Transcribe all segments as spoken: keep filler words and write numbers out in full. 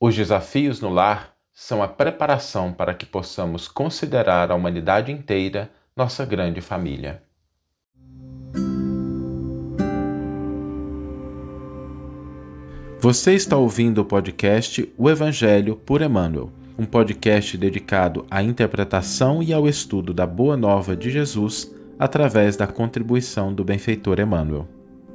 Os desafios no lar são a preparação para que possamos considerar a humanidade inteira nossa grande família. Você está ouvindo o podcast O Evangelho por Emmanuel, um podcast dedicado à interpretação e ao estudo da Boa Nova de Jesus através da contribuição do benfeitor Emmanuel.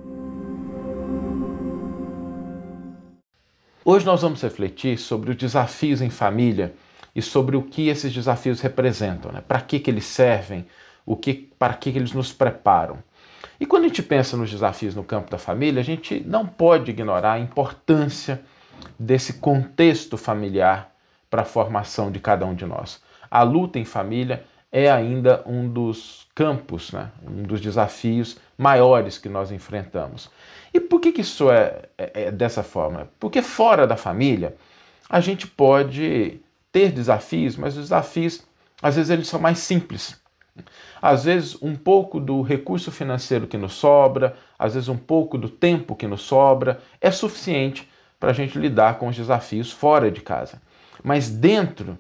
Hoje nós vamos refletir sobre os desafios em família e sobre o que esses desafios representam, né? Para que, que eles servem, o que, para que, que eles nos preparam. E quando a gente pensa nos desafios no campo da família, a gente não pode ignorar a importância desse contexto familiar para a formação de cada um de nós. A luta em família é ainda um dos campos, né? Um dos desafios maiores que nós enfrentamos. E por que, que isso é, é, é dessa forma? Porque fora da família, a gente pode ter desafios, mas os desafios, às vezes, eles são mais simples. Às vezes, um pouco do recurso financeiro que nos sobra, às vezes, um pouco do tempo que nos sobra, é suficiente para a gente lidar com os desafios fora de casa. Mas dentro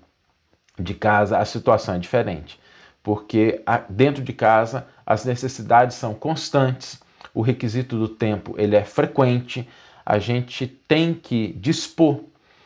de casa, a situação é diferente, porque dentro de casa as necessidades são constantes, o requisito do tempo ele é frequente, a gente tem que dispor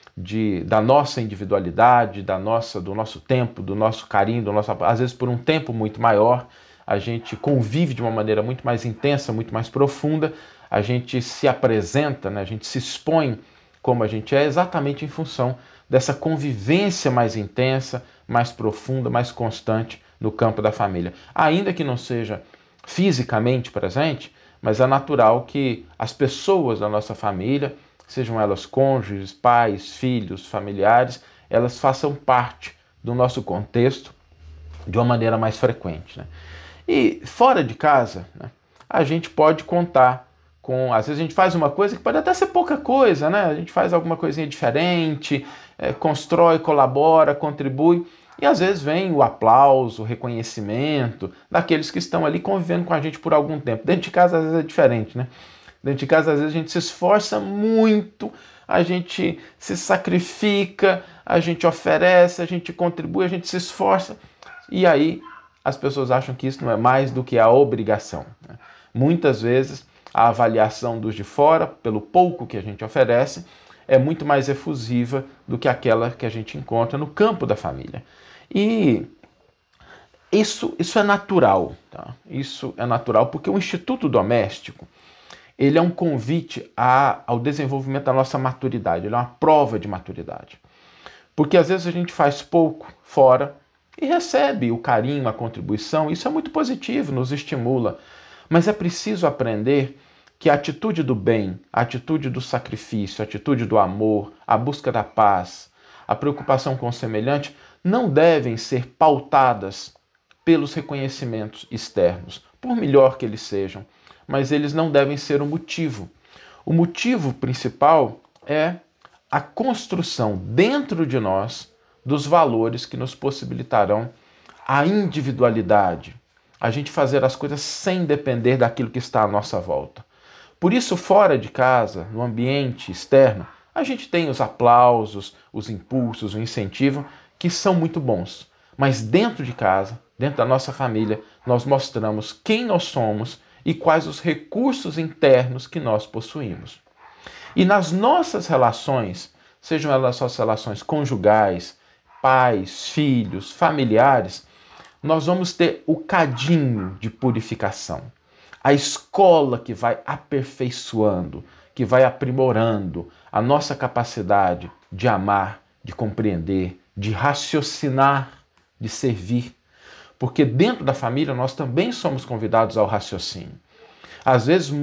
de, da nossa individualidade, da nossa, do nosso tempo, do nosso carinho, do nosso, às vezes por um tempo muito maior, a gente convive de uma maneira muito mais intensa, muito mais profunda, a gente se apresenta, né? A gente se expõe como a gente é exatamente em função dessa convivência mais intensa, mais profunda, mais constante no campo da família. Ainda que não seja fisicamente presente, mas é natural que as pessoas da nossa família, sejam elas cônjuges, pais, filhos, familiares, elas façam parte do nosso contexto de uma maneira mais frequente, né? E fora de casa, né, a gente pode contar com, às vezes a gente faz uma coisa que pode até ser pouca coisa, né? A gente faz alguma coisinha diferente, é, constrói, colabora, contribui, e às vezes vem o aplauso, o reconhecimento daqueles que estão ali convivendo com a gente por algum tempo. Dentro de casa às vezes é diferente, né? Dentro de casa às vezes a gente se esforça muito, a gente se sacrifica, a gente oferece, a gente contribui, a gente se esforça, e aí as pessoas acham que isso não é mais do que a obrigação, né? Muitas vezes a avaliação dos de fora, pelo pouco que a gente oferece, é muito mais efusiva do que aquela que a gente encontra no campo da família. E isso, isso é natural, tá? Isso é natural porque o Instituto Doméstico, ele é um convite a, ao desenvolvimento da nossa maturidade, ele é uma prova de maturidade. Porque às vezes a gente faz pouco fora e recebe o carinho, a contribuição, isso é muito positivo, nos estimula. Mas é preciso aprender que a atitude do bem, a atitude do sacrifício, a atitude do amor, a busca da paz, a preocupação com o semelhante não devem ser pautadas pelos reconhecimentos externos, por melhor que eles sejam, mas eles não devem ser o motivo. O motivo principal é a construção dentro de nós dos valores que nos possibilitarão a individualidade, a gente fazer as coisas sem depender daquilo que está à nossa volta. Por isso, fora de casa, no ambiente externo, a gente tem os aplausos, os impulsos, o incentivo, que são muito bons. Mas dentro de casa, dentro da nossa família, nós mostramos quem nós somos e quais os recursos internos que nós possuímos. E nas nossas relações, sejam elas as relações conjugais, pais, filhos, familiares, nós vamos ter o cadinho de purificação. A escola que vai aperfeiçoando, que vai aprimorando a nossa capacidade de amar, de compreender, de raciocinar, de servir. Porque dentro da família nós também somos convidados ao raciocínio. Às vezes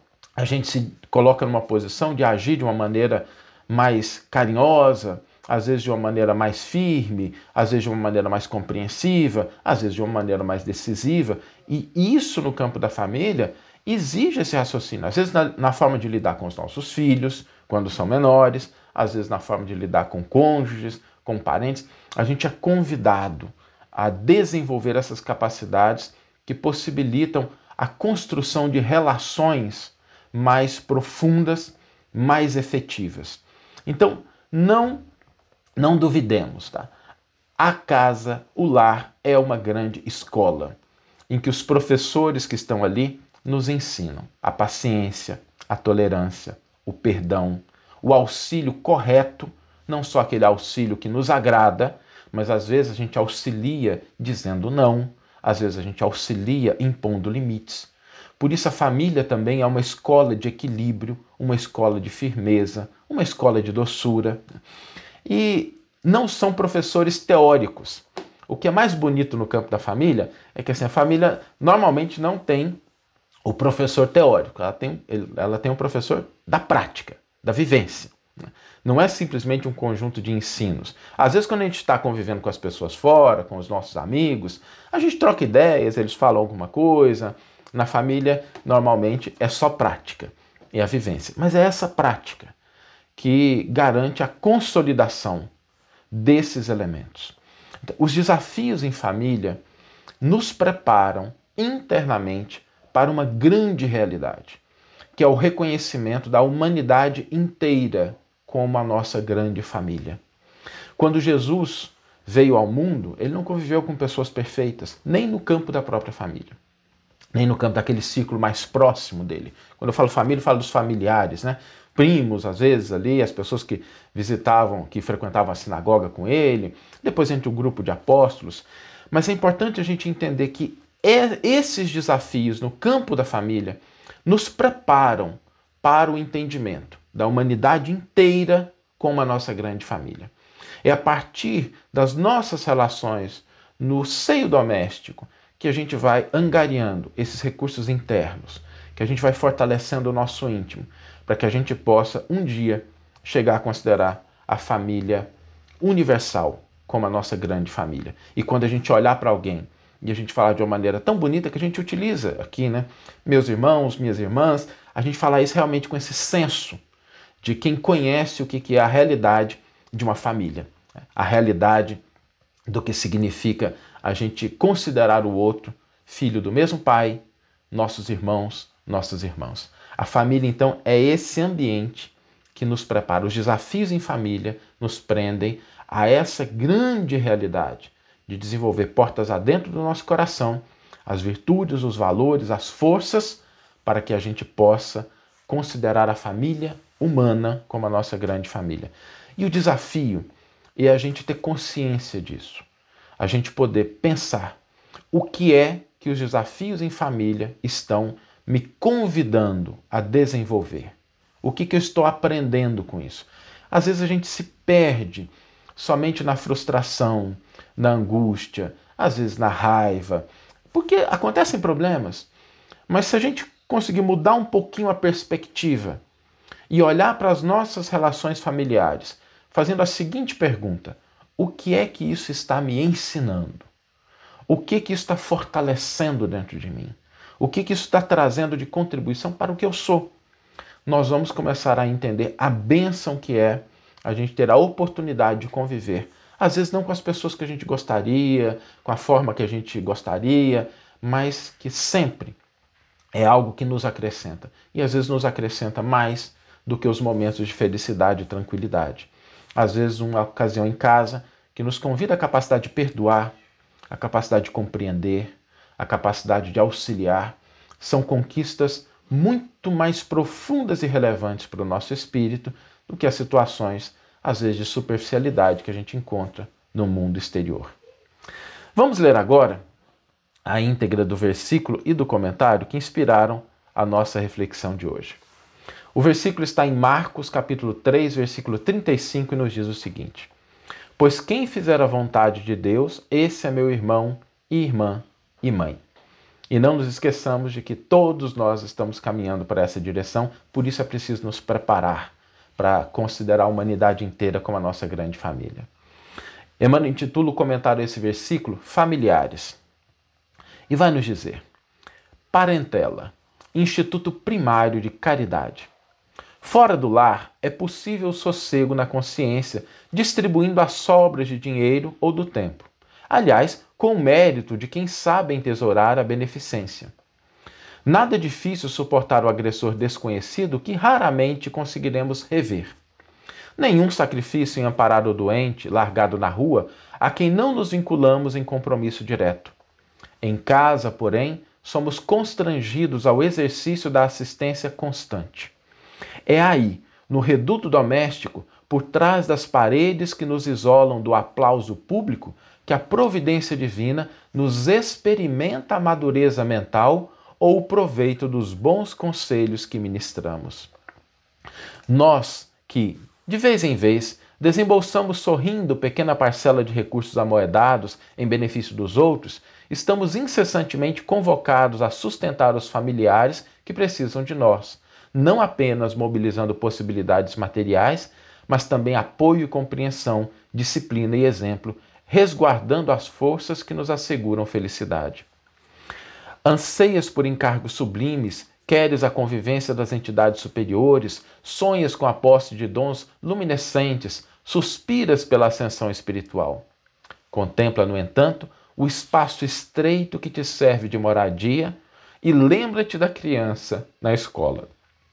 a gente se coloca numa posição de agir de uma maneira mais carinhosa, às vezes de uma maneira mais firme, às vezes de uma maneira mais compreensiva, às vezes de uma maneira mais decisiva. E isso no campo da família exige esse raciocínio. Às vezes na, na forma de lidar com os nossos filhos, quando são menores, às vezes na forma de lidar com cônjuges, com parentes. A gente é convidado a desenvolver essas capacidades que possibilitam a construção de relações mais profundas, mais efetivas. Então, não, não duvidemos, tá? A casa, o lar, é uma grande escola em que os professores que estão ali nos ensinam a paciência, a tolerância, o perdão, o auxílio correto, não só aquele auxílio que nos agrada, mas às vezes a gente auxilia dizendo não, às vezes a gente auxilia impondo limites. Por isso a família também é uma escola de equilíbrio, uma escola de firmeza, uma escola de doçura. E não são professores teóricos. O que é mais bonito no campo da família é que assim, a família normalmente não tem o professor teórico, ela tem, ela tem um professor da prática, da vivência. Não é simplesmente um conjunto de ensinos. Às vezes, quando a gente está convivendo com as pessoas fora, com os nossos amigos, a gente troca ideias, eles falam alguma coisa. Na família, normalmente, é só prática, é a vivência. Mas é essa prática que garante a consolidação desses elementos. Então, os desafios em família nos preparam internamente para uma grande realidade, que é o reconhecimento da humanidade inteira como a nossa grande família. Quando Jesus veio ao mundo, ele não conviveu com pessoas perfeitas, nem no campo da própria família, nem no campo daquele ciclo mais próximo dele. Quando eu falo família, eu falo dos familiares, né? Primos, às vezes, ali, as pessoas que visitavam, que frequentavam a sinagoga com ele, depois entre o grupo de apóstolos. Mas é importante a gente entender que esses desafios no campo da família nos preparam para o entendimento da humanidade inteira como a nossa grande família. É a partir das nossas relações no seio doméstico que a gente vai angariando esses recursos internos, que a gente vai fortalecendo o nosso íntimo, para que a gente possa um dia chegar a considerar a família universal como a nossa grande família. E quando a gente olhar para alguém e a gente falar de uma maneira tão bonita que a gente utiliza aqui, né? Meus irmãos, minhas irmãs, a gente falar isso realmente com esse senso de quem conhece o que é a realidade de uma família, a realidade do que significa a gente considerar o outro filho do mesmo pai, nossos irmãos, nossas irmãs. A família, então, é esse ambiente que nos prepara. Os desafios em família nos prendem a essa grande realidade de desenvolver portas adentro do nosso coração, as virtudes, os valores, as forças, para que a gente possa considerar a família humana como a nossa grande família. E o desafio é a gente ter consciência disso, a gente poder pensar o que é que os desafios em família estão me convidando a desenvolver. O que, que eu estou aprendendo com isso? Às vezes a gente se perde somente na frustração, na angústia, às vezes na raiva, porque acontecem problemas, mas se a gente conseguir mudar um pouquinho a perspectiva e olhar para as nossas relações familiares, fazendo a seguinte pergunta: o que é que isso está me ensinando? O que que isso está fortalecendo dentro de mim? O que que isso está trazendo de contribuição para o que eu sou? Nós vamos começar a entender a bênção que é a gente ter a oportunidade de conviver. Às vezes não com as pessoas que a gente gostaria, com a forma que a gente gostaria, mas que sempre é algo que nos acrescenta. E às vezes nos acrescenta mais do que os momentos de felicidade e tranquilidade. Às vezes uma ocasião em casa que nos convida a capacidade de perdoar, a capacidade de compreender, a capacidade de auxiliar, são conquistas muito mais profundas e relevantes para o nosso espírito do que as situações, às vezes, de superficialidade que a gente encontra no mundo exterior. Vamos ler agora a íntegra do versículo e do comentário que inspiraram a nossa reflexão de hoje. O versículo está em Marcos, capítulo três, versículo trinta e cinco, e nos diz o seguinte: pois quem fizer a vontade de Deus, esse é meu irmão e irmã e mãe. E não nos esqueçamos de que todos nós estamos caminhando para essa direção, por isso é preciso nos preparar para considerar a humanidade inteira como a nossa grande família. Emmanuel intitula o comentário a esse versículo Familiares. E vai nos dizer: parentela, instituto primário de caridade. Fora do lar é possível o sossego na consciência, distribuindo as sobras de dinheiro ou do tempo. Aliás, com o mérito de quem sabe entesourar a beneficência. Nada difícil suportar o agressor desconhecido que raramente conseguiremos rever. Nenhum sacrifício em amparar o doente, largado na rua, a quem não nos vinculamos em compromisso direto. Em casa, porém, somos constrangidos ao exercício da assistência constante. É aí, no reduto doméstico, por trás das paredes que nos isolam do aplauso público, que a providência divina nos experimenta a madureza mental ou o proveito dos bons conselhos que ministramos. Nós que, de vez em vez, desembolsamos sorrindo pequena parcela de recursos amoedados em benefício dos outros, estamos incessantemente convocados a sustentar os familiares que precisam de nós, não apenas mobilizando possibilidades materiais, mas também apoio e compreensão, disciplina e exemplo, resguardando as forças que nos asseguram felicidade. Anseias por encargos sublimes, queres a convivência das entidades superiores, sonhas com a posse de dons luminescentes, suspiras pela ascensão espiritual. Contempla, no entanto, o espaço estreito que te serve de moradia e lembra-te da criança na escola.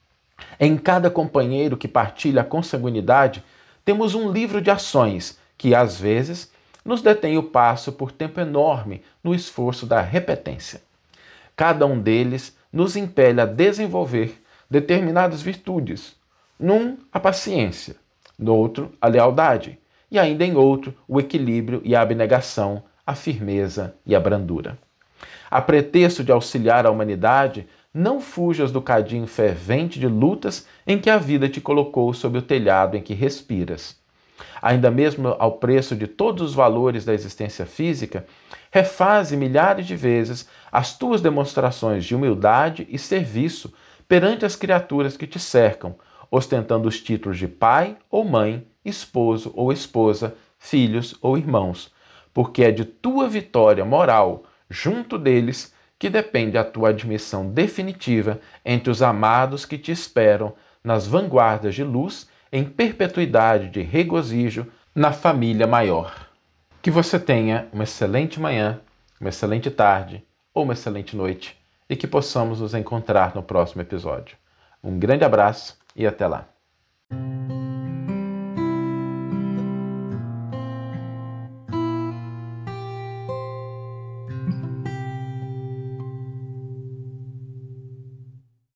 Em cada companheiro que partilha a consanguinidade, temos um livro de ações que, às vezes, nos detém o passo por tempo enorme no esforço da repetência. Cada um deles nos impele a desenvolver determinadas virtudes. Num, a paciência, no outro, a lealdade, e ainda em outro, o equilíbrio e a abnegação, a firmeza e a brandura. A pretexto de auxiliar a humanidade, não fujas do cadinho fervente de lutas em que a vida te colocou sob o telhado em que respiras. Ainda mesmo ao preço de todos os valores da existência física, refaze milhares de vezes as tuas demonstrações de humildade e serviço perante as criaturas que te cercam, ostentando os títulos de pai ou mãe, esposo ou esposa, filhos ou irmãos, porque é de tua vitória moral junto deles que depende a tua admissão definitiva entre os amados que te esperam nas vanguardas de luz em perpetuidade de regozijo na família maior. Que você tenha uma excelente manhã, uma excelente tarde ou uma excelente noite e que possamos nos encontrar no próximo episódio. Um grande abraço e até lá.